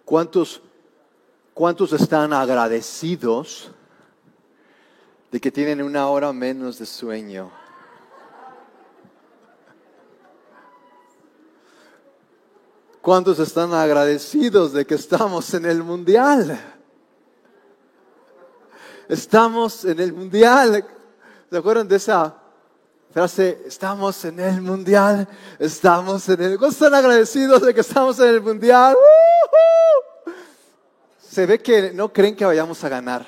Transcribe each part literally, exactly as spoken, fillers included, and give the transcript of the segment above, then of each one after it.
¿Cuántos, cuántos están agradecidos de que tienen una hora menos de sueño? ¿Cuántos están agradecidos de que estamos en el mundial? Estamos en el mundial. ¿Se acuerdan de esa frase? Estamos en el mundial. Estamos en el... ¿Cuántos están agradecidos de que estamos en el mundial? ¡Uh-huh! Se ve que no creen que vayamos a ganar.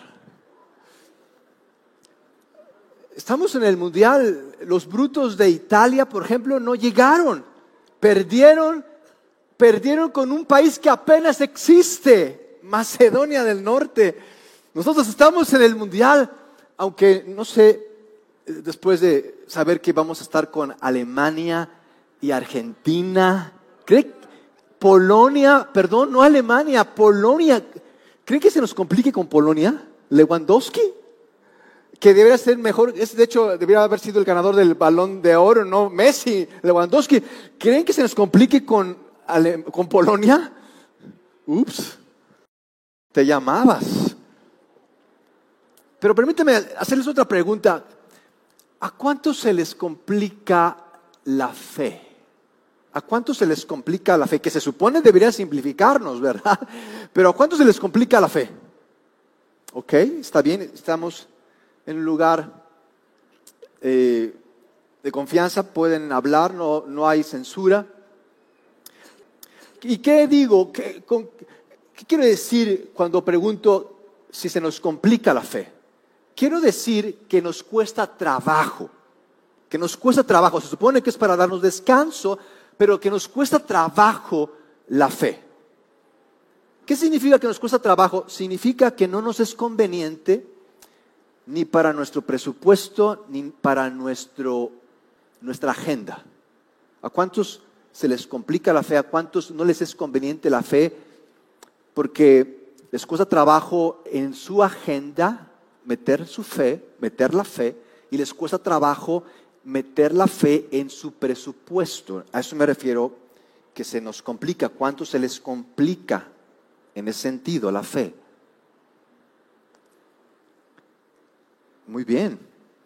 Estamos en el mundial. Los brutos de Italia, por ejemplo, no llegaron. Perdieron. Perdieron con un país que apenas existe, Macedonia del Norte. Nosotros estamos en el mundial, aunque no sé, después de saber que vamos a estar con Alemania y Argentina, ¿cree Polonia, perdón, no Alemania, Polonia, ¿creen que se nos complique con Polonia? Lewandowski, que debería ser mejor, es, de hecho debería haber sido el ganador del Balón de Oro, no Messi, Lewandowski. ¿Creen que se nos complique con con Polonia? Ups, te llamabas. Pero permíteme hacerles otra pregunta. ¿A cuántos se les complica la fe? ¿A cuántos se les complica la fe? Que se supone debería simplificarnos, ¿verdad? Pero ¿a cuántos se les complica la fe? Ok, está bien, estamos en un lugar eh, de confianza, pueden hablar, no, no hay censura. ¿Y qué digo? ¿Qué, con, ¿Qué quiero decir cuando pregunto si se nos complica la fe? Quiero decir que nos cuesta trabajo, que nos cuesta trabajo. Se supone que es para darnos descanso, pero que nos cuesta trabajo la fe. ¿Qué significa que nos cuesta trabajo? Significa que no nos es conveniente ni para nuestro presupuesto, ni para nuestro, nuestra agenda. ¿A cuántos se les complica la fe? ¿A cuántos no les es conveniente la fe? Porque les cuesta trabajo en su agenda meter su fe, meter la fe, y les cuesta trabajo meter la fe en su presupuesto. A eso me refiero, que se nos complica. ¿Cuántos se les complica en ese sentido la fe? Muy bien.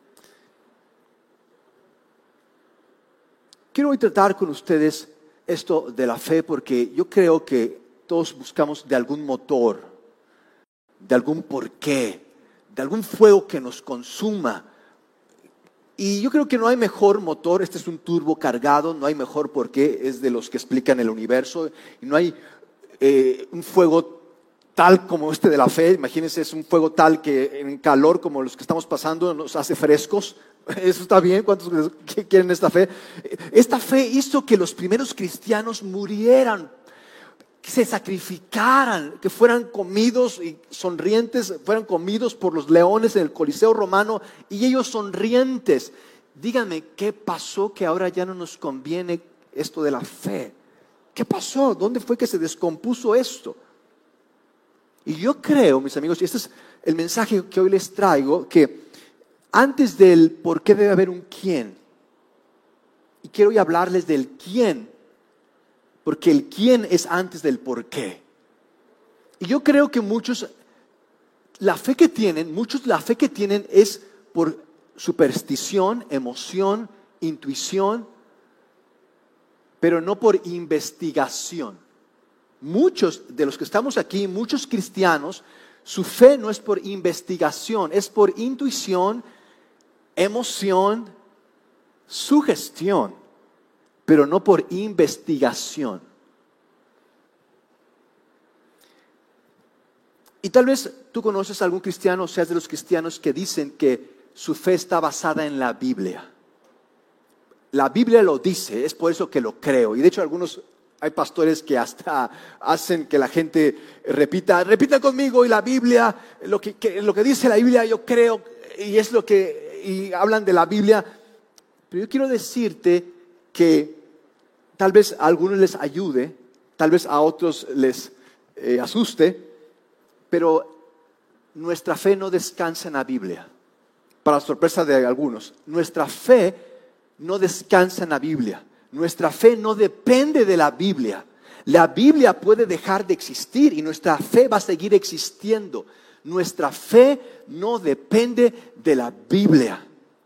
Quiero hoy tratar con ustedes esto de la fe, porque yo creo que todos buscamos de algún motor, de algún porqué, de algún fuego que nos consuma. Y yo creo que no hay mejor motor. Este es un turbo cargado, no hay mejor porqué, es de los que explican el universo. Y no hay eh, un fuego tal como este de la fe. Imagínense, es un fuego tal que en calor como los que estamos pasando nos hace frescos. Eso está bien. ¿Cuántos quieren esta fe? Esta fe hizo que los primeros cristianos murieran, que se sacrificaran, que fueran comidos y sonrientes, fueran comidos por los leones en el Coliseo romano, y ellos sonrientes. Díganme, ¿qué pasó que ahora ya no nos conviene esto de la fe? ¿Qué pasó? ¿Dónde fue que se descompuso esto? Y yo creo, mis amigos, y este es el mensaje que hoy les traigo, que antes del por qué debe haber un quién. Y quiero hoy hablarles del quién, porque el quién es antes del por qué. Y yo creo que muchos, la fe que tienen, muchos la fe que tienen es por superstición, emoción, intuición, pero no por investigación. Muchos de los que estamos aquí, muchos cristianos, su fe no es por investigación, es por intuición, emoción, sugestión, pero no por investigación. Y tal vez tú conoces a algún cristiano, o seas de los cristianos que dicen que su fe está basada en la Biblia. La Biblia lo dice, es por eso que lo creo. Y de hecho algunos, hay pastores que hasta hacen que la gente repita, repita conmigo, y la Biblia, lo que, que, lo que dice la Biblia yo creo, y es lo que, y hablan de la Biblia. Pero yo quiero decirte que tal vez a algunos les ayude, tal vez a otros les eh, asuste, pero nuestra fe no descansa en la Biblia. Para sorpresa de algunos, nuestra fe no descansa en la Biblia. Nuestra fe no depende de la Biblia. La Biblia puede dejar de existir y nuestra fe va a seguir existiendo. Nuestra fe no depende de la Biblia.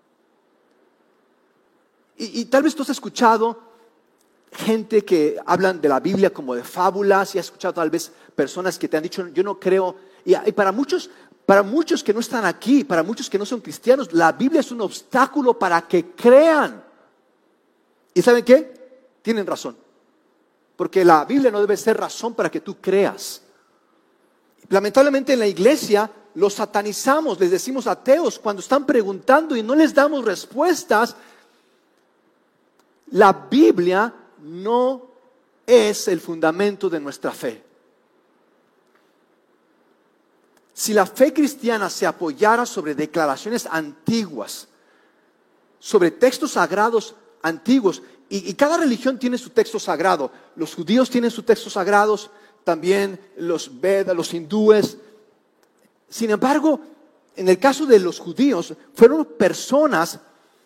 Y, y tal vez tú has escuchado gente que hablan de la Biblia como de fábulas, y has escuchado tal vez personas que te han dicho, yo no creo. Y, y para muchos, para muchos que no están aquí, para muchos que no son cristianos, la Biblia es un obstáculo para que crean. ¿Y saben qué? Tienen razón. Porque la Biblia no debe ser razón para que tú creas. Lamentablemente en la iglesia los satanizamos, les decimos ateos cuando están preguntando y no les damos respuestas. La Biblia no es el fundamento de nuestra fe. Si la fe cristiana se apoyara sobre declaraciones antiguas, sobre textos sagrados antiguos, y, y cada religión tiene su texto sagrado. Los judíos tienen sus textos sagrados, también los Vedas, los hindúes. Sin embargo, en el caso de los judíos, fueron personas,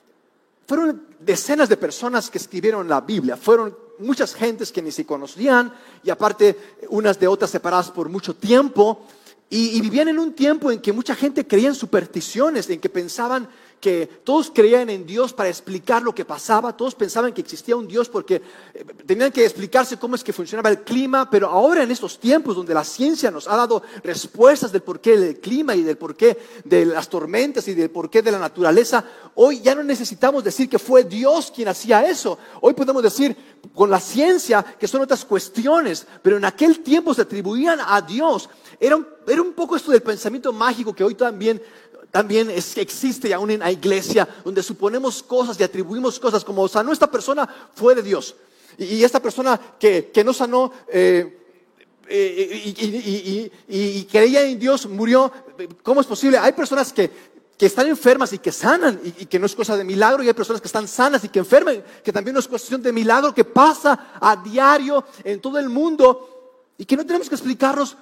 fueron decenas de personas que escribieron la Biblia. Fueron muchas gentes que ni se conocían, y aparte unas de otras separadas por mucho tiempo. Y, y vivían en un tiempo en que mucha gente creía en supersticiones, en que pensaban que todos creían en Dios para explicar lo que pasaba. Todos pensaban que existía un Dios porque tenían que explicarse cómo es que funcionaba el clima. Pero ahora en estos tiempos donde la ciencia nos ha dado respuestas del porqué del clima y del porqué de las tormentas y del porqué de la naturaleza, hoy ya no necesitamos decir que fue Dios quien hacía eso. Hoy podemos decir con la ciencia que son otras cuestiones, pero en aquel tiempo se atribuían a Dios. Era un, era un poco esto del pensamiento mágico que hoy también También es, existe aún en la iglesia, donde suponemos cosas y atribuimos cosas como sanó esta persona, fue de Dios. Y, y esta persona que, que no sanó eh, eh, y, y, y, y creía en Dios, murió. ¿Cómo es posible? Hay personas que, que están enfermas y que sanan, y, y que no es cosa de milagro. Y hay personas que están sanas y que enferman, que también no es cuestión de milagro, que pasa a diario en todo el mundo. Y que no tenemos que explicarnos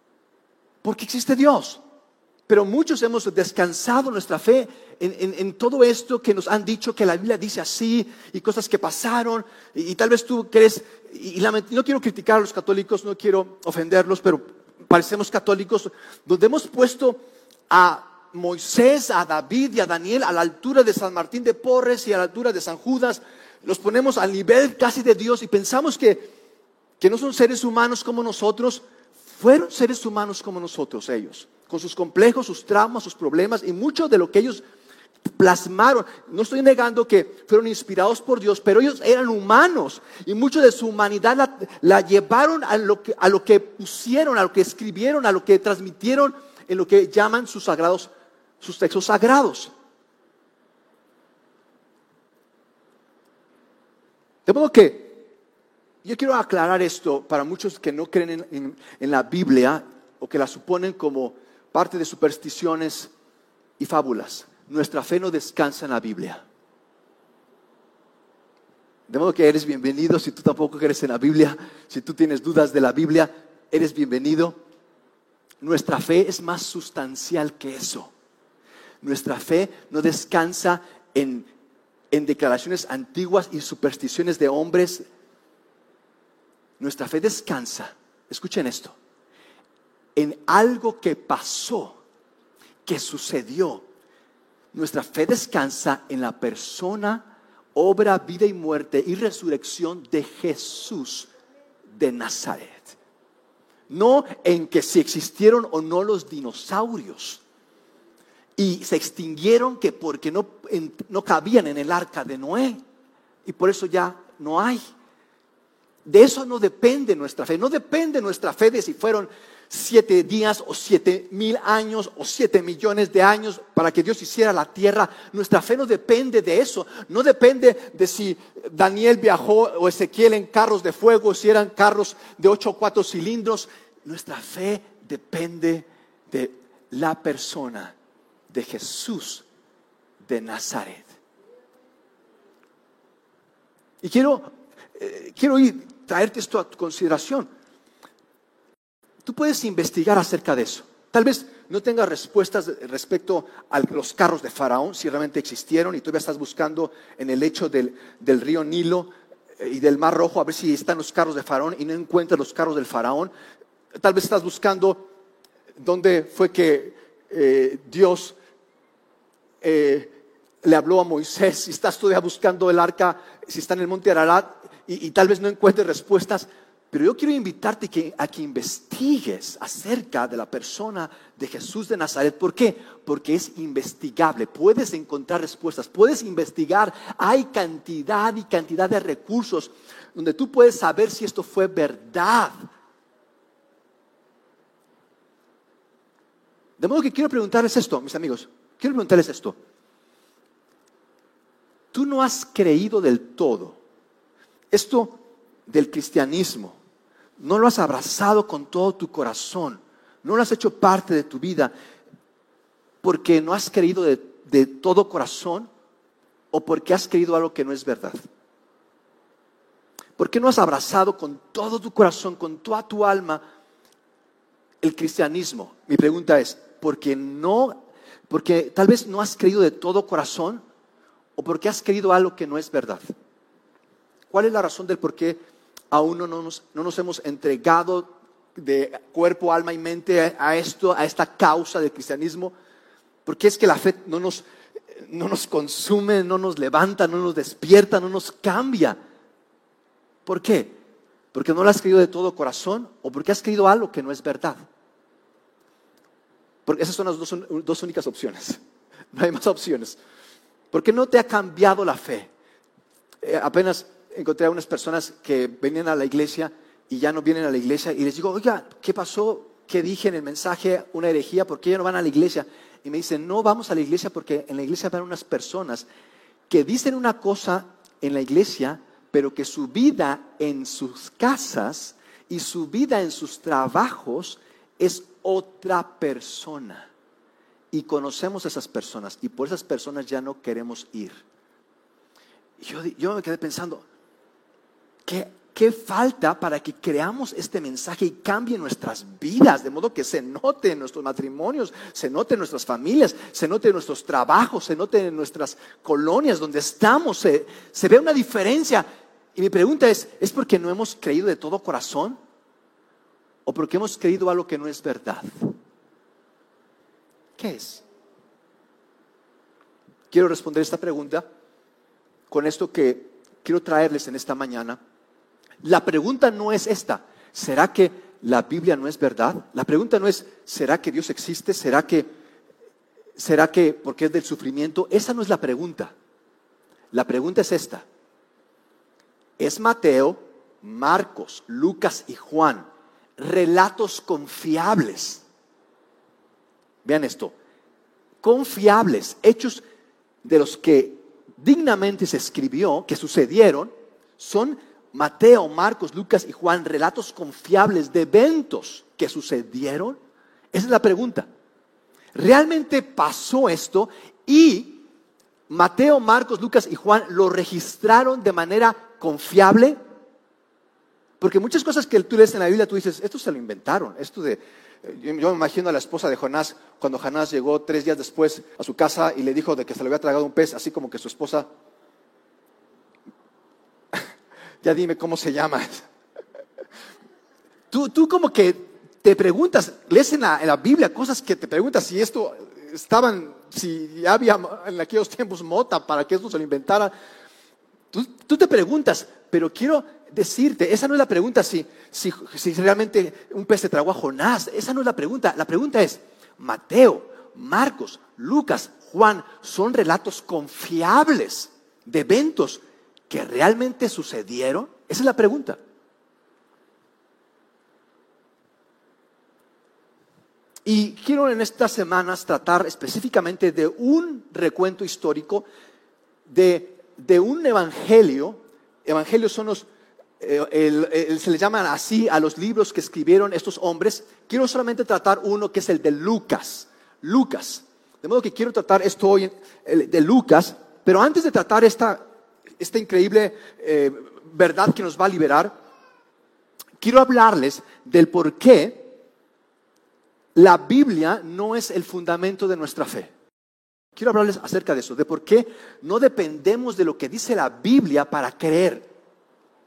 por qué existe Dios. Pero muchos hemos descansado nuestra fe en, en, en todo esto que nos han dicho que la Biblia dice así, y cosas que pasaron, y, y tal vez tú crees, y, y la, no quiero criticar a los católicos, no quiero ofenderlos, pero parecemos católicos, donde hemos puesto a Moisés, a David y a Daniel a la altura de San Martín de Porres y a la altura de San Judas. Los ponemos al nivel casi de Dios y pensamos que, que no son seres humanos como nosotros. Fueron seres humanos como nosotros ellos, con sus complejos, sus traumas, sus problemas, y mucho de lo que ellos plasmaron. No estoy negando que fueron inspirados por Dios, pero ellos eran humanos, y mucho de su humanidad la, la llevaron a lo, que, a lo que pusieron, a lo que escribieron, a lo que transmitieron en lo que llaman sus sagrados, sus textos sagrados. De modo que yo quiero aclarar esto para muchos que no creen en, en, en la Biblia, o que la suponen como parte de supersticiones y fábulas. Nuestra fe no descansa en la Biblia. De modo que eres bienvenido. Si tú tampoco crees en la Biblia, si tú tienes dudas de la Biblia, eres bienvenido. Nuestra fe es más sustancial que eso. Nuestra fe no descansa en, en declaraciones antiguas y supersticiones de hombres. Nuestra fe descansa, escuchen esto, en algo que pasó, que sucedió. Nuestra fe descansa en la persona, obra, vida y muerte y resurrección de Jesús de Nazaret. No en que si existieron o no los dinosaurios y se extinguieron que porque no, en, no cabían en el arca de Noé, y por eso ya no hay. De eso no depende nuestra fe. No depende nuestra fe de si fueron siete días o siete mil años o siete millones de años para que Dios hiciera la tierra. Nuestra fe no depende de eso. No depende de si Daniel viajó o Ezequiel en carros de fuego, o si eran carros de ocho o cuatro cilindros. Nuestra fe depende de la persona de Jesús de Nazaret. Y quiero, eh, quiero ir, traerte esto a tu consideración. Tú puedes investigar acerca de eso. Tal vez no tengas respuestas respecto a los carros de Faraón, si realmente existieron, y todavía estás buscando en el lecho del, del río Nilo y del Mar Rojo a ver si están los carros de Faraón y no encuentras los carros del Faraón. Tal vez estás buscando dónde fue que eh, Dios eh, le habló a Moisés. Si estás todavía buscando el arca, si está en el monte Ararat y, y tal vez no encuentres respuestas. Pero yo quiero invitarte que, a que investigues acerca de la persona de Jesús de Nazaret. ¿Por qué? Porque es investigable. Puedes encontrar respuestas, puedes investigar. Hay cantidad y cantidad de recursos donde tú puedes saber si esto fue verdad. De modo que quiero preguntarles esto, mis amigos. Quiero preguntarles esto. Tú no has creído del todo esto del cristianismo. No lo has abrazado con todo tu corazón. No lo has hecho parte de tu vida porque no has creído de, de todo corazón o porque has creído algo que no es verdad. ¿Por qué no has abrazado con todo tu corazón, con toda tu alma el cristianismo? Mi pregunta es, ¿porque no, porque tal vez no has creído de todo corazón o porque has creído algo que no es verdad? ¿Cuál es la razón del por qué aún no nos, no nos hemos entregado de cuerpo, alma y mente a, a esto, a esta causa del cristianismo? ¿Por qué es que la fe no nos, no nos consume, no nos levanta, no nos despierta, no nos cambia? ¿Por qué? ¿Porque no lo has creído de todo corazón o porque has creído algo que no es verdad? Porque esas son las dos, dos únicas opciones. No hay más opciones. ¿Por qué no te ha cambiado la fe? Eh, apenas encontré a unas personas que venían a la iglesia y ya no vienen a la iglesia y les digo, oiga, ¿qué pasó? ¿Qué dije en el mensaje? ¿Una herejía? ¿Por qué ya no van a la iglesia? Y me dicen, no vamos a la iglesia porque en la iglesia van unas personas que dicen una cosa en la iglesia, pero que su vida en sus casas y su vida en sus trabajos es otra persona. Y conocemos a esas personas y por esas personas ya no queremos ir. Y yo, yo me quedé pensando, ¿qué, ¿qué falta para que creamos este mensaje y cambie nuestras vidas? De modo que se note en nuestros matrimonios, se note en nuestras familias, se note en nuestros trabajos, se note en nuestras colonias donde estamos, se, se ve una diferencia. Y mi pregunta es, ¿es porque no hemos creído de todo corazón? ¿O porque hemos creído algo que no es verdad? ¿Qué es? Quiero responder esta pregunta con esto que quiero traerles en esta mañana. La pregunta no es esta: ¿será que la Biblia no es verdad? La pregunta no es ¿será que Dios existe? ¿Será que, será que porque es del sufrimiento? Esa no es la pregunta. La pregunta es esta: ¿es Mateo, Marcos, Lucas y Juan relatos confiables? Vean esto, confiables, hechos de los que dignamente se escribió, que sucedieron. Son Mateo, Marcos, Lucas y Juan relatos confiables de eventos que sucedieron. Esa es la pregunta. ¿Realmente pasó esto? Y Mateo, Marcos, Lucas y Juan lo registraron de manera confiable. Porque muchas cosas que tú lees en la Biblia, tú dices, esto se lo inventaron. Esto de, yo, yo me imagino a la esposa de Jonás, cuando Jonás llegó tres días después a su casa y le dijo de que se le había tragado un pez, así como que su esposa, ya dime cómo se llama. Tú, tú como que te preguntas, lees en la, en la Biblia cosas que te preguntas si esto estaban, si ya había en aquellos tiempos mota para que esto se lo inventara. Tú, tú te preguntas, pero quiero decirte, esa no es la pregunta si, si, si realmente un pez se tragó a Jonás. Esa no es la pregunta. La pregunta es, Mateo, Marcos, Lucas, Juan son relatos confiables de eventos que realmente sucedieron. Esa es la pregunta. Y quiero en estas semanas tratar específicamente de un recuento histórico de, de un evangelio. Evangelios son los El, el, el, se le llaman así a los libros que escribieron estos hombres. Quiero solamente tratar uno que es el de Lucas. Lucas. De modo que quiero tratar esto hoy el de Lucas. Pero antes de tratar esta, esta increíble eh, verdad que nos va a liberar, quiero hablarles del por qué la Biblia no es el fundamento de nuestra fe. Quiero hablarles acerca de eso, de por qué no dependemos de lo que dice la Biblia para creer.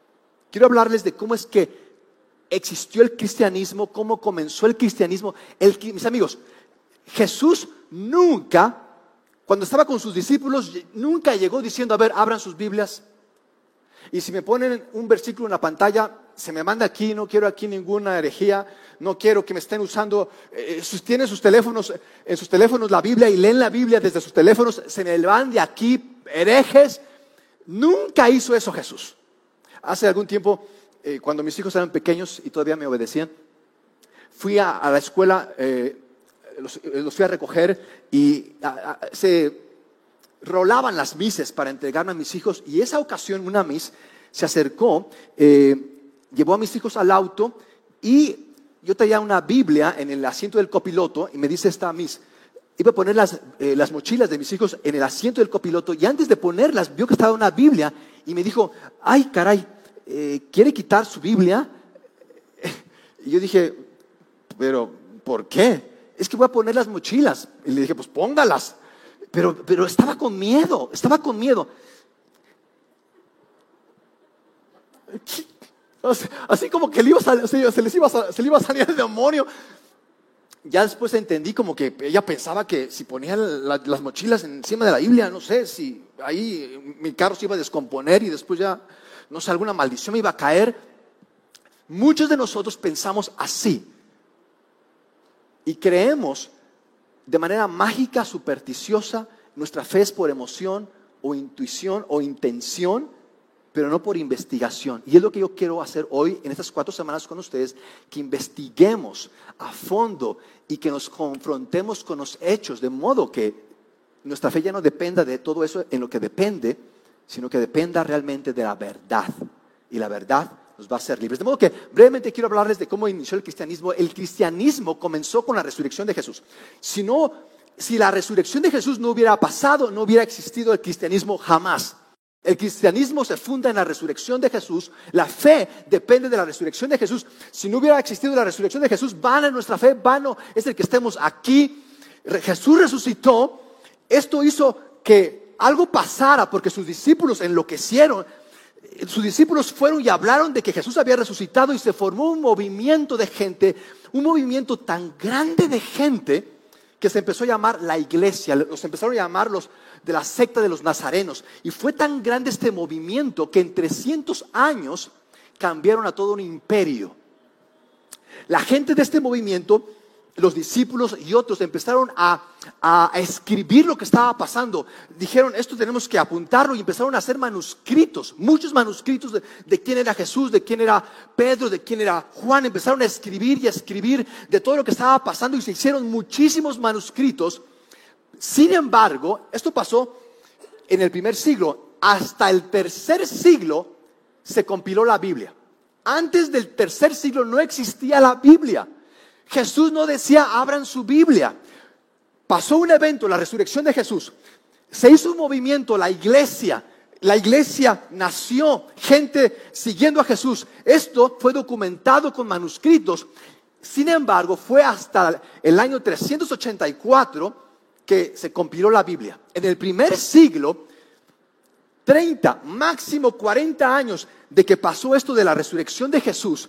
quiero hablarles de cómo es que existió el cristianismo, cómo comenzó el cristianismo. El, mis amigos, Jesús nunca, cuando estaba con sus discípulos, nunca llegó diciendo, a ver, abran sus Biblias. Y si me ponen un versículo en la pantalla, se me manda aquí, no quiero aquí ninguna herejía, no quiero que me estén usando, eh, tienen sus teléfonos, en sus teléfonos la Biblia y leen la Biblia desde sus teléfonos, se me van de aquí herejes. Nunca hizo eso Jesús. Hace algún tiempo, eh, cuando mis hijos eran pequeños y todavía me obedecían, fui a, a la escuela, eh, los, los fui a recoger y a, a, se rolaban las mises para entregarme a mis hijos, y esa ocasión una mis se acercó, eh, llevó a mis hijos al auto y yo traía una Biblia en el asiento del copiloto y me dice esta mis, iba a poner las, eh, las mochilas de mis hijos en el asiento del copiloto y antes de ponerlas vio que estaba una Biblia y me dijo, ay caray, eh, ¿quiere quitar su Biblia? Y yo dije, pero ¿por qué? Es que voy a poner las mochilas. Y le dije, pues póngalas. Pero, pero estaba con miedo, estaba con miedo. Así como que le iba a, se, se, les iba a, se le iba a salir el demonio. Ya después entendí como que ella pensaba que si ponía la, las mochilas encima de la Biblia, no sé, si ahí mi carro se iba a descomponer y después ya, no sé, alguna maldición me iba a caer. Muchos de nosotros pensamos así y creemos de manera mágica, supersticiosa. Nuestra fe es por emoción o intuición o intención, pero no por investigación. Y es lo que yo quiero hacer hoy, en estas cuatro semanas con ustedes, que investiguemos a fondo y que nos confrontemos con los hechos, de modo que nuestra fe ya no dependa de todo eso en lo que depende, sino que dependa realmente de la verdad. Y la verdad nos va a hacer libres. De modo que brevemente quiero hablarles de cómo inició el cristianismo. El cristianismo comenzó con la resurrección de Jesús. Si no, si la resurrección de Jesús no hubiera pasado, no hubiera existido el cristianismo jamás. El cristianismo se funda en la resurrección de Jesús. La fe depende de la resurrección de Jesús. Si no hubiera existido la resurrección de Jesús, vana es nuestra fe, vano es el que estemos aquí. Jesús resucitó. Esto hizo que algo pasara porque sus discípulos enloquecieron. Sus discípulos fueron y hablaron de que Jesús había resucitado y se formó un movimiento de gente, un movimiento tan grande de gente que se empezó a llamar la iglesia. Los empezaron a llamar los de la secta de los nazarenos. Y fue tan grande este movimiento que en trescientos años cambiaron a todo un imperio. La gente de este movimiento, los discípulos y otros, empezaron a, a, a escribir lo que estaba pasando. Dijeron, esto tenemos que apuntarlo, y empezaron a hacer manuscritos, muchos manuscritos de, de quién era Jesús, de quién era Pedro, de quién era Juan. Empezaron a escribir y a escribir de todo lo que estaba pasando y se hicieron muchísimos manuscritos. Sin embargo, esto pasó en el primer siglo. Hasta el tercer siglo se compiló la Biblia. Antes del tercer siglo no existía la Biblia. Jesús no decía, abran su Biblia. Pasó un evento, la resurrección de Jesús. Se hizo un movimiento, la iglesia. La iglesia nació, gente siguiendo a Jesús. Esto fue documentado con manuscritos. Sin embargo, fue hasta el año trescientos ochenta y cuatro que se compiló la Biblia. En el primer siglo, treinta, máximo cuarenta años de que pasó esto de la resurrección de Jesús,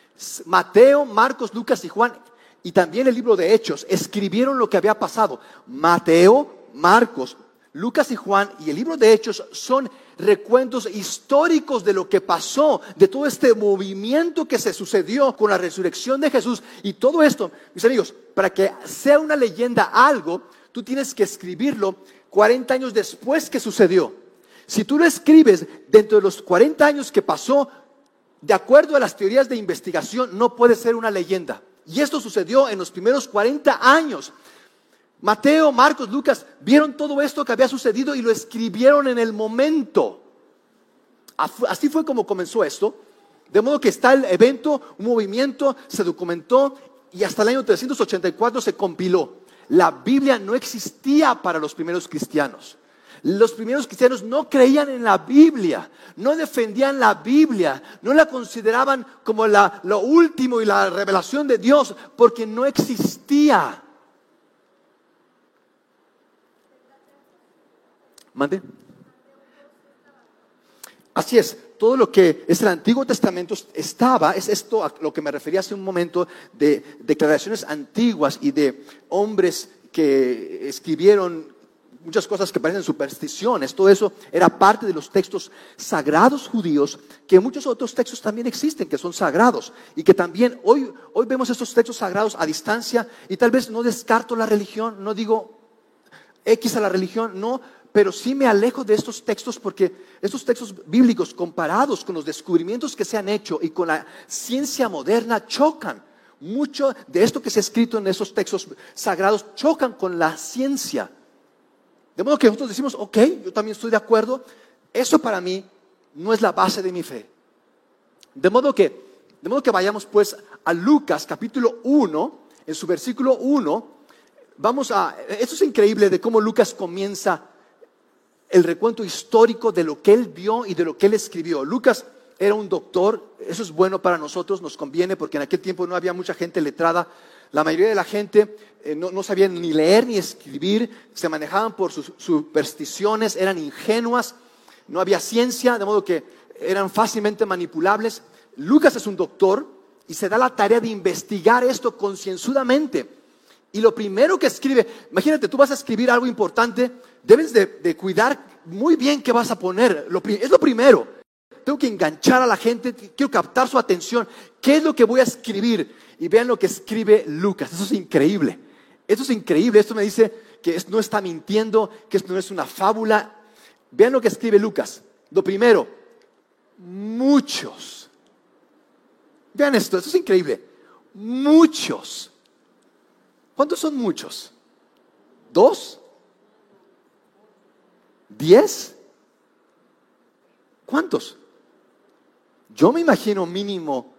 Mateo, Marcos, Lucas y Juan, y también el libro de Hechos, escribieron lo que había pasado. Mateo, Marcos, Lucas y Juan y el libro de Hechos son recuentos históricos de lo que pasó, de todo este movimiento que se sucedió con la resurrección de Jesús. Y todo esto, mis amigos, para que sea una leyenda algo, tú tienes que escribirlo cuarenta años después que sucedió. Si tú lo escribes dentro de los cuarenta años que pasó, de acuerdo a las teorías de investigación, no puede ser una leyenda. Y esto sucedió en los primeros cuarenta años. Mateo, Marcos, Lucas vieron todo esto que había sucedido y lo escribieron en el momento. Así fue como comenzó esto. De modo que está el evento, un movimiento, se documentó y hasta el año trescientos ochenta y cuatro se compiló. La Biblia no existía para los primeros cristianos. Los primeros cristianos no creían en la Biblia, no defendían la Biblia, no la consideraban como la, lo último y la revelación de Dios, porque no existía. ¿Mande? Así es, todo lo que es el Antiguo Testamento estaba, es esto a lo que me refería hace un momento, de declaraciones antiguas y de hombres que escribieron muchas cosas que parecen supersticiones. Todo eso era parte de los textos sagrados judíos, que muchos otros textos también existen, que son sagrados, y que también hoy, hoy vemos estos textos sagrados a distancia, y tal vez no descarto la religión, no digo X a la religión, no, pero sí me alejo de estos textos, porque estos textos bíblicos comparados con los descubrimientos que se han hecho y con la ciencia moderna chocan. Mucho de esto que se ha escrito en esos textos sagrados chocan con la ciencia. De modo que nosotros decimos, ok, yo también estoy de acuerdo, eso para mí no es la base de mi fe. De modo que, de modo que vayamos pues a Lucas capítulo uno, en su versículo uno, vamos a, esto es increíble de cómo Lucas comienza el recuento histórico de lo que él vio y de lo que él escribió. Lucas era un doctor, eso es bueno para nosotros, nos conviene, porque en aquel tiempo no había mucha gente letrada. La mayoría de la gente eh, no, no sabían ni leer ni escribir, se manejaban por sus supersticiones, eran ingenuas, no había ciencia, de modo que eran fácilmente manipulables. Lucas es un doctor y se da la tarea de investigar esto concienzudamente. Y lo primero que escribe, imagínate, tú vas a escribir algo importante, debes de, de cuidar muy bien qué vas a poner. Lo, es lo primero. Tengo que enganchar a la gente, quiero captar su atención. ¿Qué es lo que voy a escribir? Y vean lo que escribe Lucas. Eso es increíble. Eso es increíble. Esto me dice que no está mintiendo, que esto no es una fábula. Vean lo que escribe Lucas. Lo primero, muchos. Vean esto, esto es increíble. Muchos. ¿Cuántos son muchos? ¿Dos? ¿Diez? ¿Cuántos? Yo me imagino mínimo,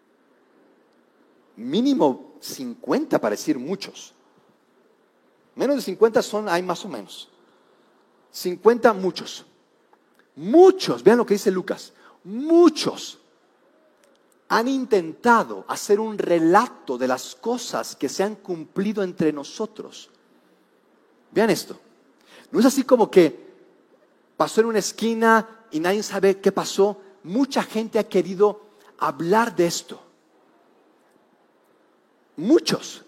mínimo cincuenta para decir muchos. Menos de cincuenta son, hay más o menos. cincuenta muchos. Muchos, vean lo que dice Lucas. Muchos han intentado hacer un relato de las cosas que se han cumplido entre nosotros. Vean esto. No es así como que pasó en una esquina y nadie sabe qué pasó. Mucha gente ha querido hablar de esto. Muchos.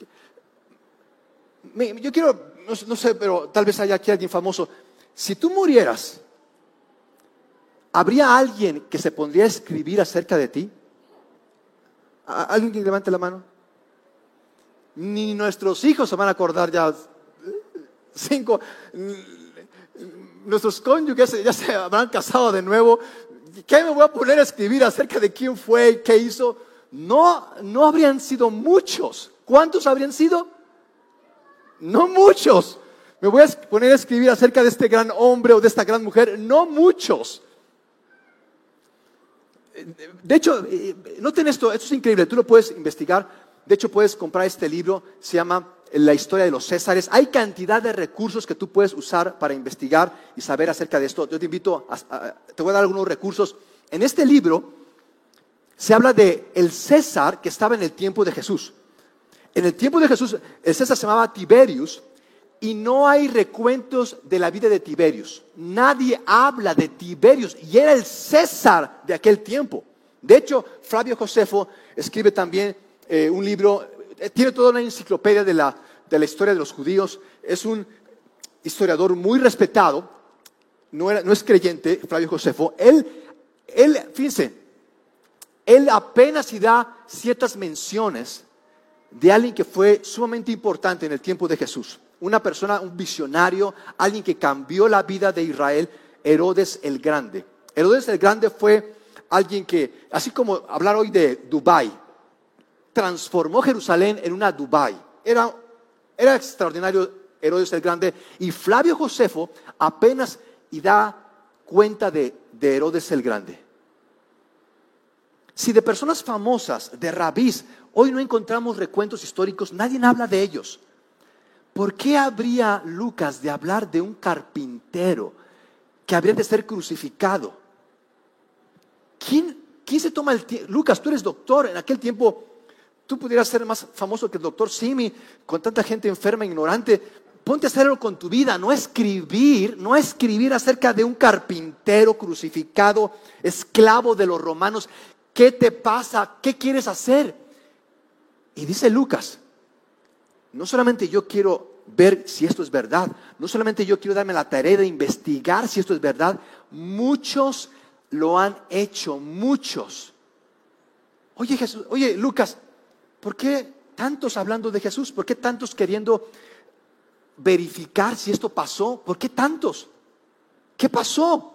Yo quiero, no sé, pero tal vez haya aquí alguien famoso. Si tú murieras, ¿habría alguien que se pondría a escribir acerca de ti? ¿Alguien que levante la mano? Ni nuestros hijos se van a acordar ya. Cinco, nuestros cónyuges ya se habrán casado de nuevo. ¿Qué me voy a poner a escribir acerca de quién fue y qué hizo? No, no habrían sido muchos. ¿Cuántos habrían sido? No muchos. Me voy a poner a escribir acerca de este gran hombre o de esta gran mujer. No muchos. De hecho, noten esto, esto es increíble, tú lo puedes investigar. De hecho, puedes comprar este libro, se llama La historia de los Césares. Hay cantidad de recursos que tú puedes usar para investigar y saber acerca de esto. Yo te invito, a, a, te voy a dar algunos recursos. En este libro se habla de el César que estaba en el tiempo de Jesús. En el tiempo de Jesús, el César se llamaba Tiberius y no hay recuentos de la vida de Tiberius. Nadie habla de Tiberius y era el César de aquel tiempo. De hecho, Flavio Josefo escribe también eh, un libro, eh, tiene toda una enciclopedia de la, de la historia de los judíos. Es un historiador muy respetado, no, era, no es creyente, Flavio Josefo. Él, él, fíjense, él apenas si da ciertas menciones de alguien que fue sumamente importante en el tiempo de Jesús. Una persona, un visionario, alguien que cambió la vida de Israel, Herodes el Grande. Herodes el Grande fue alguien que, así como hablar hoy de Dubái, transformó Jerusalén en una Dubái. Era, era extraordinario Herodes el Grande. Y Flavio Josefo apenas y da cuenta de, de Herodes el Grande. Si de personas famosas, de rabís, hoy no encontramos recuentos históricos, nadie habla de ellos. ¿Por qué habría Lucas de hablar de un carpintero que habría de ser crucificado? ¿Quién, quién se toma el tiempo? Lucas, tú eres doctor. En aquel tiempo tú pudieras ser más famoso que el doctor Simi, con tanta gente enferma e ignorante. ponte a hacerlo con tu vida, no escribir, no escribir acerca de un carpintero crucificado, esclavo de los romanos. ¿Qué te pasa? ¿Qué quieres hacer? Y dice Lucas, no solamente yo quiero ver si esto es verdad, no solamente yo quiero darme la tarea de investigar si esto es verdad, muchos lo han hecho, muchos. Oye Jesús, oye Lucas, ¿por qué tantos hablando de Jesús? ¿Por qué tantos queriendo verificar si esto pasó? ¿Por qué tantos? ¿Qué pasó?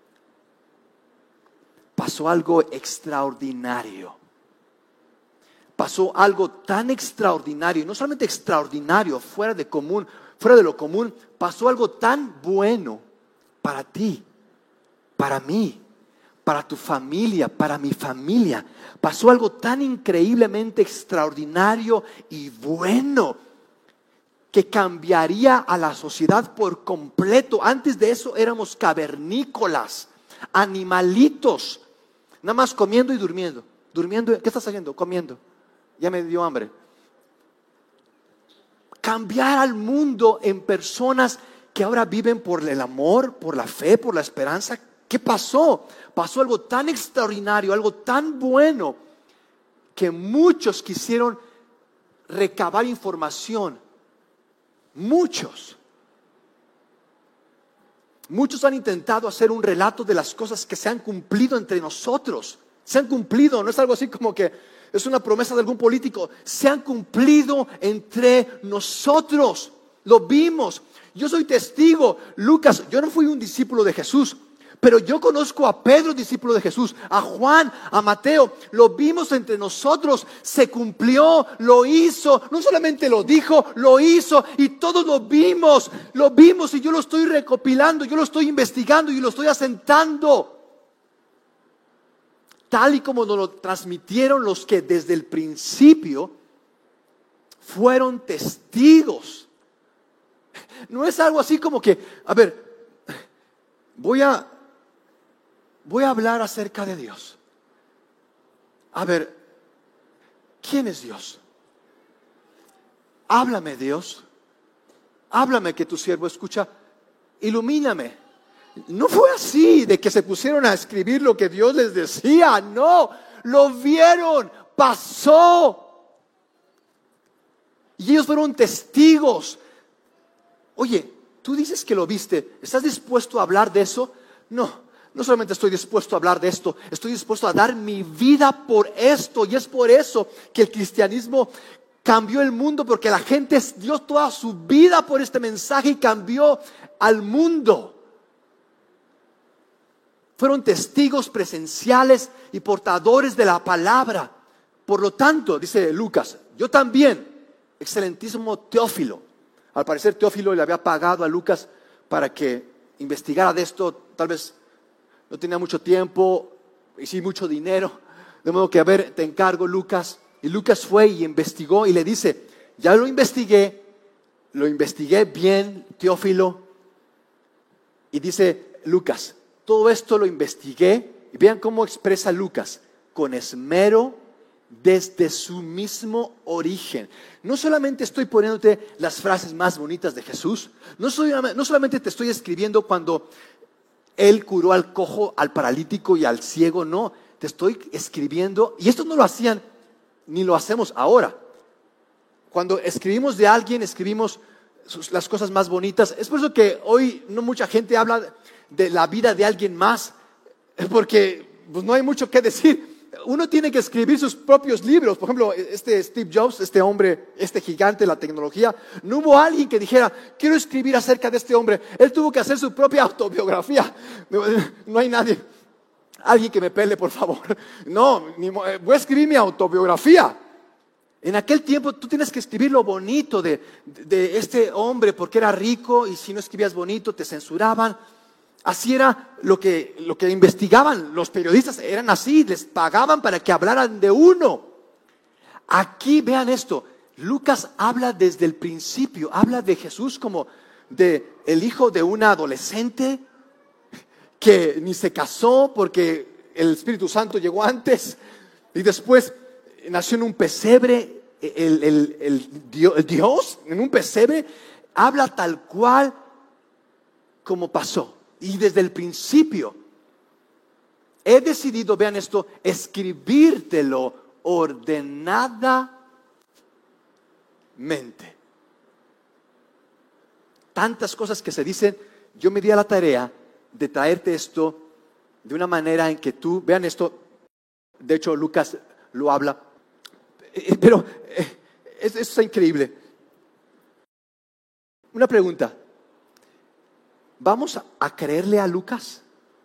Pasó algo extraordinario. Pasó algo tan extraordinario, y no solamente extraordinario, fuera de común, fuera de lo común, pasó algo tan bueno para ti, para mí, para tu familia, para mi familia. Pasó algo tan increíblemente extraordinario y bueno que cambiaría a la sociedad por completo. Antes de eso éramos cavernícolas, animalitos, nada más comiendo y durmiendo. Durmiendo, ¿qué estás haciendo? Comiendo. Ya me dio hambre. Cambiar al mundo en personas que ahora viven por el amor, por la fe, por la esperanza. ¿Qué pasó? Pasó algo tan extraordinario, algo tan bueno, que muchos quisieron recabar información. Muchos. Muchos han intentado hacer un relato de las cosas que se han cumplido entre nosotros. Se han cumplido, no es algo así como que es una promesa de algún político. Se han cumplido entre nosotros. Lo vimos. Yo soy testigo. Lucas, yo no fui un discípulo de Jesús, pero yo conozco a Pedro, discípulo de Jesús, a Juan, a Mateo. Lo vimos entre nosotros. Se cumplió, lo hizo. No solamente lo dijo, lo hizo. Y todos lo vimos. Lo vimos y yo lo estoy recopilando, yo lo estoy investigando y lo estoy asentando. Tal y como nos lo transmitieron los que desde el principio fueron testigos. No es algo así como que, a ver, voy a, voy a hablar acerca de Dios. A ver, ¿quién es Dios? Háblame, Dios. Háblame, que tu siervo escucha. Ilumíname. No fue así de que se pusieron a escribir lo que Dios les decía. No, lo vieron, pasó. Y ellos fueron testigos. Oye, tú dices que lo viste. ¿Estás dispuesto a hablar de eso? No, no solamente estoy dispuesto a hablar de esto, estoy dispuesto a dar mi vida por esto. Y es por eso que el cristianismo cambió el mundo, porque la gente dio toda su vida por este mensaje y cambió al mundo. Fueron testigos presenciales y portadores de la palabra. Por lo tanto, dice Lucas, yo también, excelentísimo Teófilo. Al parecer Teófilo le había pagado a Lucas para que investigara de esto. Tal vez no tenía mucho tiempo y sí mucho dinero. De modo que, a ver, te encargo, Lucas. Y Lucas fue y investigó y le dice, ya lo investigué, lo investigué bien, Teófilo. Y dice Lucas, todo esto lo investigué, y vean cómo expresa Lucas, con esmero desde su mismo origen. No solamente estoy poniéndote las frases más bonitas de Jesús, no, soy, no solamente te estoy escribiendo cuando Él curó al cojo, al paralítico y al ciego, no, te estoy escribiendo, y esto no lo hacían, ni lo hacemos ahora. Cuando escribimos de alguien, escribimos las cosas más bonitas. Es por eso que hoy no mucha gente habla de la vida de alguien más, porque pues, no hay mucho que decir. Uno tiene que escribir sus propios libros. Por ejemplo, este Steve Jobs, este hombre, este gigante de la tecnología, no hubo alguien que dijera, quiero escribir acerca de este hombre. Él tuvo que hacer su propia autobiografía. No hay nadie, alguien que me pele, por favor. No, ni, voy a escribir mi autobiografía. En aquel tiempo tú tienes que escribir lo bonito de, de, de este hombre, porque era rico y si no escribías bonito te censuraban. Así era lo que, lo que investigaban los periodistas, eran así, les pagaban para que hablaran de uno. Aquí vean esto, Lucas habla desde el principio, habla de Jesús como de el hijo de una adolescente que ni se casó porque el Espíritu Santo llegó antes y después nació en un pesebre, el, el, el, Dios, el Dios en un pesebre. habla tal cual como pasó. Y desde el principio he decidido, vean esto, escribírtelo ordenadamente. Tantas cosas que se dicen, yo me di a la tarea de traerte esto de una manera en que tú, vean esto, de hecho Lucas lo habla, pero eso es increíble. Una pregunta, ¿vamos a creerle a Lucas?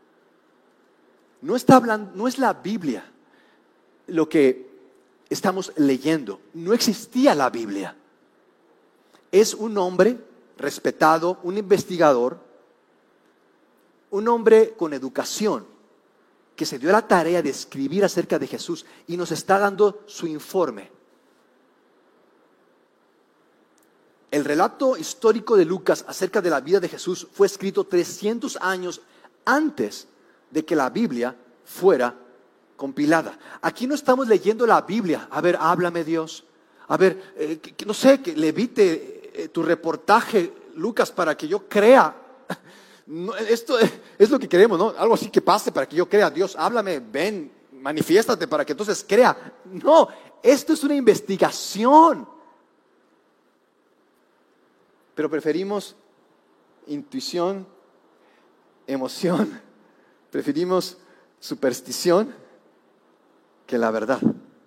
No está hablando, no es la Biblia lo que estamos leyendo, no existía la Biblia. Es un hombre respetado, un investigador, un hombre con educación que se dio la tarea de escribir acerca de Jesús y nos está dando su informe. El relato histórico de Lucas acerca de la vida de Jesús fue escrito trescientos años antes de que la Biblia fuera compilada. Aquí no estamos leyendo la Biblia. A ver, háblame Dios. A ver, eh, que, que, no sé, que levite eh, tu reportaje, Lucas, para que yo crea. No, esto es, es lo que queremos, ¿no? Algo así que pase para que yo crea. Dios, háblame, ven, manifiéstate para que entonces crea. No, esto es una investigación. Pero preferimos intuición, emoción, preferimos superstición que la verdad.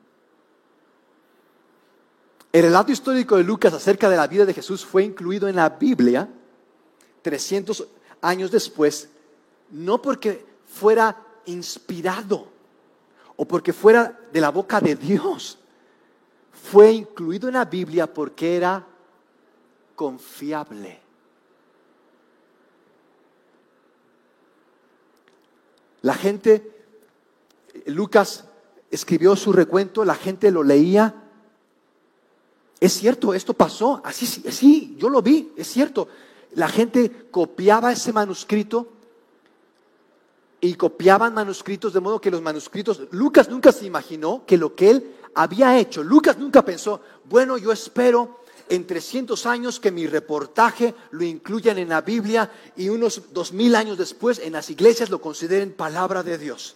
El relato histórico de Lucas acerca de la vida de Jesús fue incluido en la Biblia trescientos años después, no porque fuera inspirado o porque fuera de la boca de Dios. Fue incluido en la Biblia porque era confiable. La gente, Lucas escribió su recuento, la gente lo leía. Es cierto, esto pasó, así, sí, yo lo vi, es cierto. La gente copiaba ese manuscrito y copiaban manuscritos de modo que los manuscritos, Lucas nunca se imaginó que lo que él había hecho, Lucas nunca pensó, bueno, yo espero en trescientos años que mi reportaje lo incluyan en la Biblia y unos dos mil años después en las iglesias lo consideren palabra de Dios.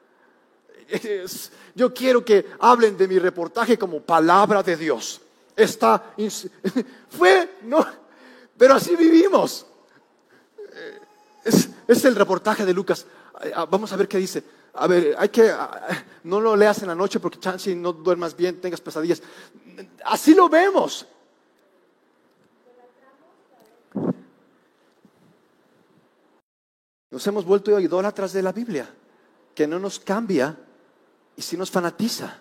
Yo quiero que hablen de mi reportaje como palabra de Dios. Está, fue, no, pero así vivimos. Es, es el reportaje de Lucas. Vamos a ver qué dice. A ver, hay que, no lo leas en la noche porque chance no duermas bien, tengas pesadillas. Así lo vemos. Nos hemos vuelto idólatras de la Biblia, que no nos cambia y sí nos fanatiza.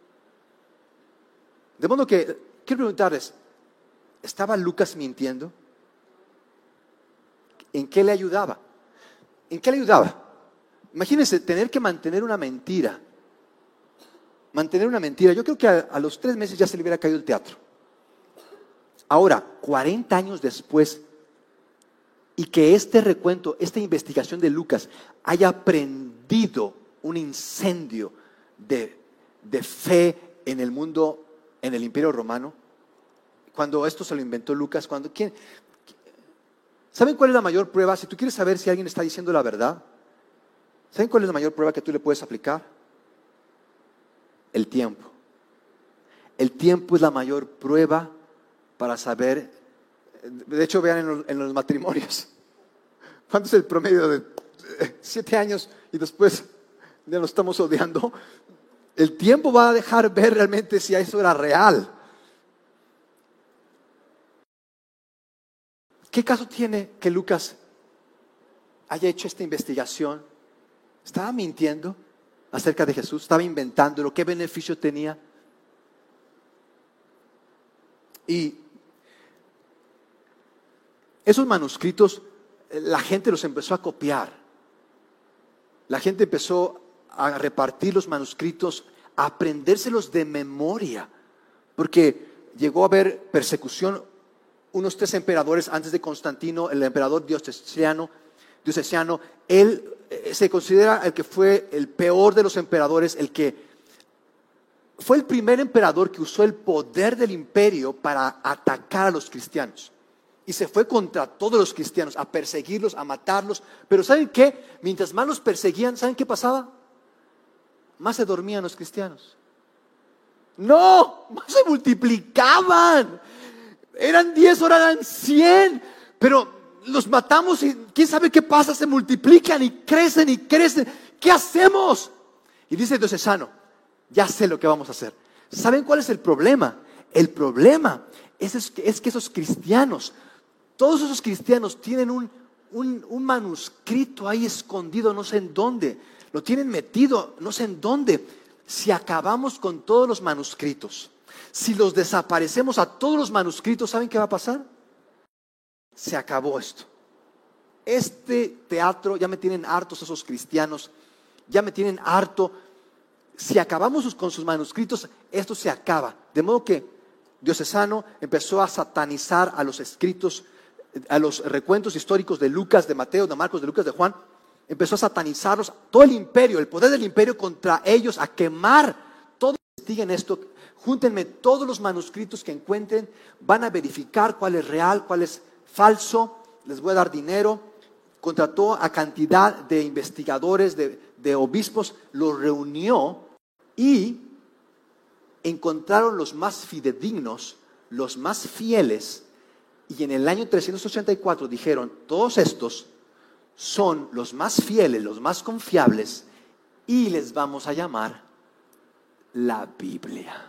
De modo que, quiero preguntarles, ¿estaba Lucas mintiendo? ¿En qué le ayudaba? ¿En qué le ayudaba? Imagínense tener que mantener una mentira. Mantener una mentira. Yo creo que a, a los tres meses ya se le hubiera caído el teatro. Ahora, cuarenta años después, y que este recuento, esta investigación de Lucas haya prendido un incendio de, de fe en el mundo, en el Imperio Romano. Cuando esto se lo inventó Lucas, cuando ¿quién? ¿Saben cuál es la mayor prueba? Si tú quieres saber si alguien está diciendo la verdad, ¿saben cuál es la mayor prueba que tú le puedes aplicar? El tiempo. El tiempo es la mayor prueba para saber. De hecho, vean en los, en los matrimonios. ¿Cuánto es el promedio de siete años y después ya nos estamos odiando? El tiempo va a dejar ver realmente si eso era real. ¿Qué caso tiene que Lucas haya hecho esta investigación? ¿Estaba mintiendo acerca de Jesús? ¿Estaba inventándolo? ¿Qué beneficio tenía? Y esos manuscritos, la gente los empezó a copiar. La gente empezó a repartir los manuscritos, a aprendérselos de memoria, porque llegó a haber persecución. Unos tres emperadores antes de Constantino, el emperador Diocleciano, Diocleciano, él se considera el que fue el peor de los emperadores, el que fue el primer emperador que usó el poder del imperio para atacar a los cristianos. y se fue contra todos los cristianos, a perseguirlos, a matarlos. Pero ¿saben qué? Mientras más los perseguían, ¿saben qué pasaba? Más se dormían los cristianos. No, más se multiplicaban. Eran diez, ahora eran cien. Pero los matamos y quién sabe qué pasa, se multiplican y crecen y crecen. ¿Qué hacemos? Y dice Diocesano, ya sé lo que vamos a hacer. ¿Saben cuál es el problema? El problema es, es, que, es que esos cristianos, todos esos cristianos tienen un, un, un manuscrito ahí escondido, no sé en dónde. Lo tienen metido, no sé en dónde. Si acabamos con todos los manuscritos, si los desaparecemos a todos los manuscritos, ¿saben qué va a pasar? Se acabó esto. Este teatro, ya me tienen hartos esos cristianos, ya me tienen harto. Si acabamos con sus manuscritos, esto se acaba. De modo que Diocesano empezó a satanizar a los escritos, a los recuentos históricos de Lucas, de Mateo, de Marcos, de Lucas, de Juan. Empezó a satanizarlos, todo el imperio, el poder del imperio contra ellos, a quemar. Todos investiguen esto, júntenme todos los manuscritos que encuentren, van a verificar cuál es real, cuál es falso, les voy a dar dinero. Contrató a cantidad de investigadores, de, de obispos, los reunió y encontraron los más fidedignos, los más fieles, y en el año trescientos ochenta y cuatro dijeron, todos estos son los más fieles, los más confiables, y les vamos a llamar la Biblia.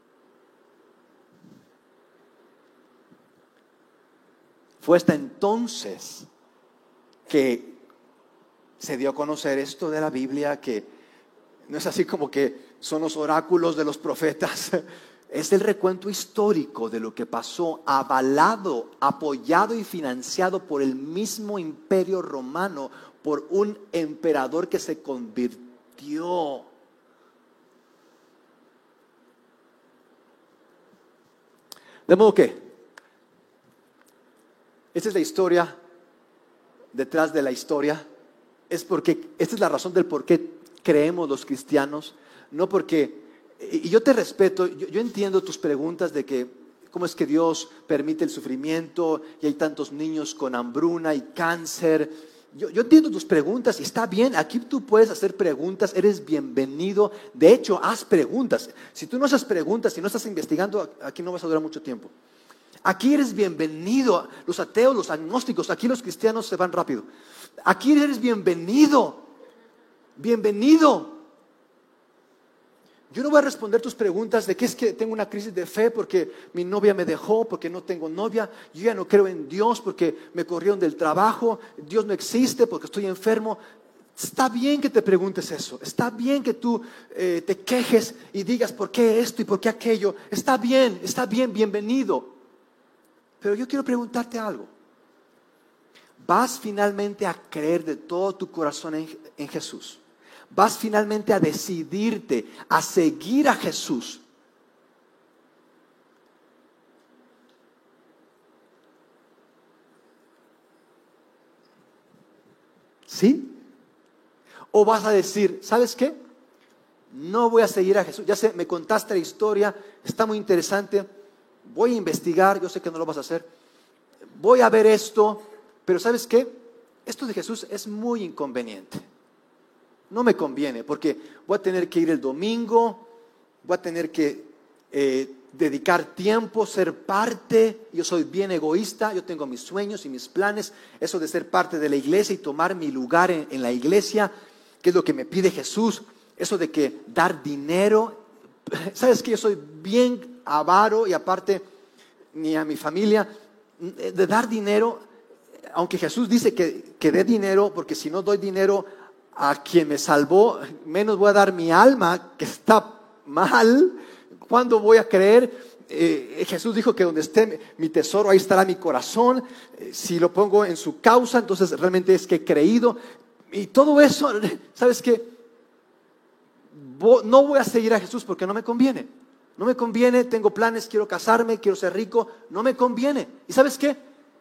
Fue hasta entonces que se dio a conocer esto de la Biblia, que no es así como que son los oráculos de los profetas. Es el recuento histórico de lo que pasó, avalado, apoyado y financiado por el mismo imperio romano, por un emperador que se convirtió. De modo que, esta es la historia detrás de la historia. Es porque, esta es la razón del por qué creemos los cristianos, no porque... Y yo te respeto, yo, yo entiendo tus preguntas de que cómo es que Dios permite el sufrimiento y hay tantos niños con hambruna y cáncer. Yo, yo entiendo tus preguntas y está bien, aquí tú puedes hacer preguntas, eres bienvenido. De hecho, haz preguntas. Si tú no haces preguntas, si no estás investigando, aquí no vas a durar mucho tiempo. Aquí eres bienvenido. Los ateos, los agnósticos, aquí los cristianos se van rápido. Aquí eres bienvenido. Bienvenido. Yo no voy a responder tus preguntas de que es que tengo una crisis de fe porque mi novia me dejó, porque no tengo novia, yo ya no creo en Dios porque me corrieron del trabajo, Dios no existe porque estoy enfermo. Está bien que te preguntes eso, está bien que tú eh, te quejes y digas por qué esto y por qué aquello. Está bien, está bien, bienvenido. Pero yo quiero preguntarte algo. ¿Vas finalmente a creer de todo tu corazón en, en Jesús? ¿Vas finalmente a decidirte a seguir a Jesús? ¿Sí? ¿O vas a decir, ¿sabes qué? No voy a seguir a Jesús. Ya sé, me contaste la historia, está muy interesante. Voy a investigar, yo sé que no lo vas a hacer. Voy a ver esto, pero ¿sabes qué? Esto de Jesús es muy inconveniente. No me conviene porque voy a tener que ir el domingo, voy a tener que eh, dedicar tiempo, ser parte. Yo soy bien egoísta, yo tengo mis sueños y mis planes. Eso de ser parte de la iglesia y tomar mi lugar en, en la iglesia, que es lo que me pide Jesús. Eso de que dar dinero, ¿sabes qué? Yo soy bien avaro y aparte ni a mi familia, de dar dinero, aunque Jesús dice que, que dé dinero, porque si no doy dinero a quien me salvó, menos voy a dar mi alma, que está mal. ¿Cuándo voy a creer? Eh, Jesús dijo que donde esté mi tesoro, ahí estará mi corazón. Eh, si lo pongo en su causa, entonces realmente es que he creído. Y todo eso, ¿sabes qué? No voy a seguir a Jesús porque no me conviene. No me conviene, tengo planes, quiero casarme, quiero ser rico. No me conviene. ¿Y sabes qué?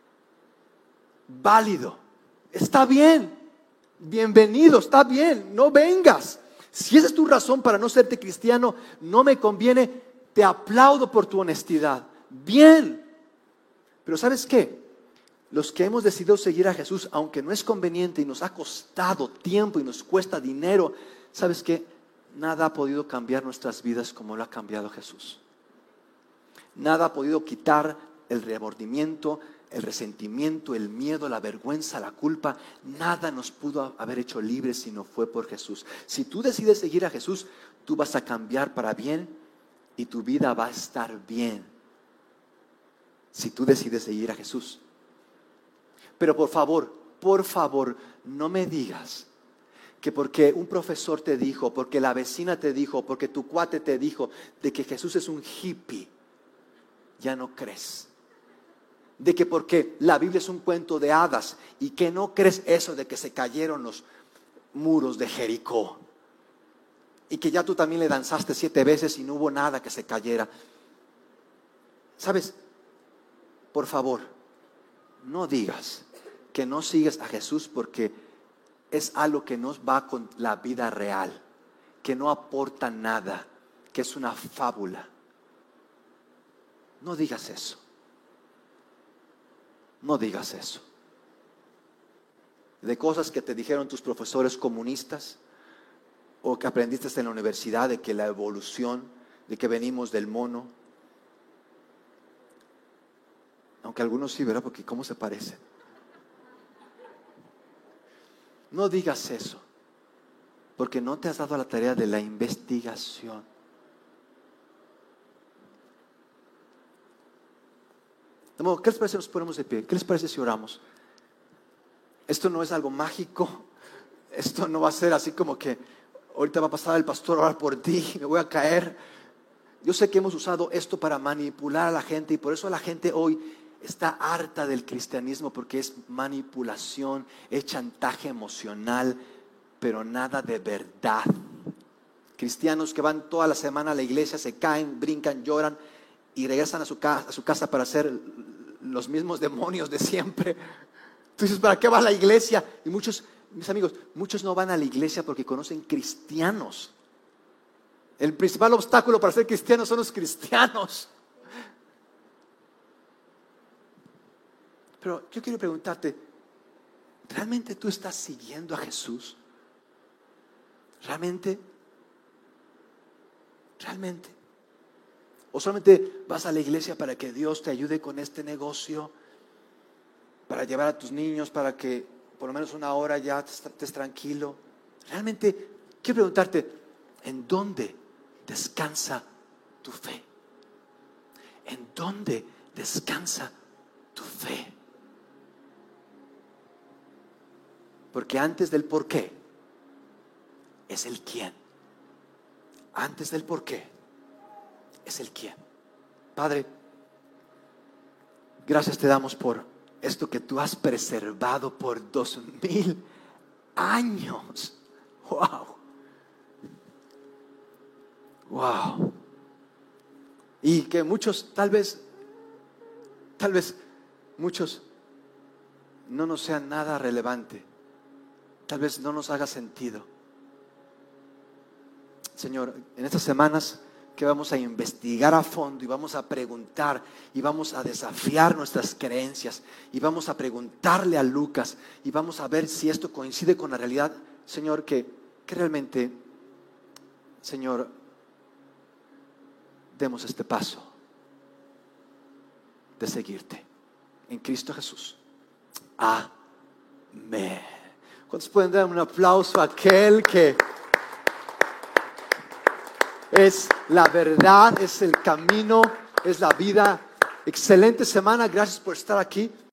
Válido. Está bien. Bienvenido, está bien, no vengas. Si esa es tu razón para no serte cristiano, no me conviene, te aplaudo por tu honestidad. Bien, pero ¿sabes qué? los que hemos decidido seguir a Jesús, aunque no es conveniente y nos ha costado tiempo y nos cuesta dinero, ¿sabes qué? Nada ha podido cambiar nuestras vidas como lo ha cambiado Jesús. Nada ha podido quitar el remordimiento, el resentimiento, el miedo, la vergüenza, la culpa. Nada nos pudo haber hecho libres si no fue por Jesús. Si tú decides seguir a Jesús, tú vas a cambiar para bien y tu vida va a estar bien. Si tú decides seguir a Jesús. Pero por favor, por favor, no me digas que porque un profesor te dijo, porque la vecina te dijo, porque tu cuate te dijo de que Jesús es un hippie, ya no crees. De que porque la Biblia es un cuento de hadas y que no crees eso de que se cayeron los muros de Jericó y que ya tú también le danzaste siete veces y no hubo nada que se cayera. ¿Sabes? Por favor, no digas que no sigues a Jesús porque es algo que no va con la vida real, que no aporta nada, que es una fábula. No digas eso. No digas eso. De cosas que te dijeron tus profesores comunistas o que aprendiste en la universidad, de que la evolución, de que venimos del mono. Aunque algunos sí, ¿verdad? Porque ¿cómo se parecen? No digas eso, porque no te has dado la tarea de la investigación. ¿Qué les parece si nos ponemos de pie? ¿Qué les parece si oramos? Esto no es algo mágico. Esto no va a ser así como que ahorita va a pasar el pastor a orar por ti, me voy a caer. Yo sé que hemos usado esto para manipular a la gente y por eso la gente hoy está harta del cristianismo, porque es manipulación, es chantaje emocional, pero nada de verdad. Cristianos que van toda la semana a la iglesia, se caen, brincan, lloran y regresan a su casa, a su casa para ser los mismos demonios de siempre. Tú dices, ¿para qué va a la iglesia? Y muchos, mis amigos, muchos no van a la iglesia porque conocen cristianos. El principal obstáculo para ser cristianos son los cristianos. Pero yo quiero preguntarte, ¿realmente tú estás siguiendo a Jesús? ¿Realmente? ¿Realmente? ¿O solamente vas a la iglesia para que Dios te ayude con este negocio? Para llevar a tus niños, para que por lo menos una hora ya estés tranquilo. ¿Realmente? Quiero preguntarte, ¿en dónde descansa tu fe? ¿En dónde descansa tu fe? Porque antes del por qué es el quién. Antes del por qué es el quién. Padre, gracias te damos por esto que tú has preservado por dos mil años. Wow. Wow. Y que muchos, tal vez, tal vez muchos no nos sean nada relevante. Tal vez no nos haga sentido. Señor, en estas semanas que vamos a investigar a fondo y vamos a preguntar y vamos a desafiar nuestras creencias y vamos a preguntarle a Lucas y vamos a ver si esto coincide con la realidad, Señor, que, que realmente, Señor, demos este paso de seguirte en Cristo Jesús. Amén. ¿Cuántos pueden dar un aplauso a aquel que es la verdad, es el camino, es la vida? Excelente semana, gracias por estar aquí.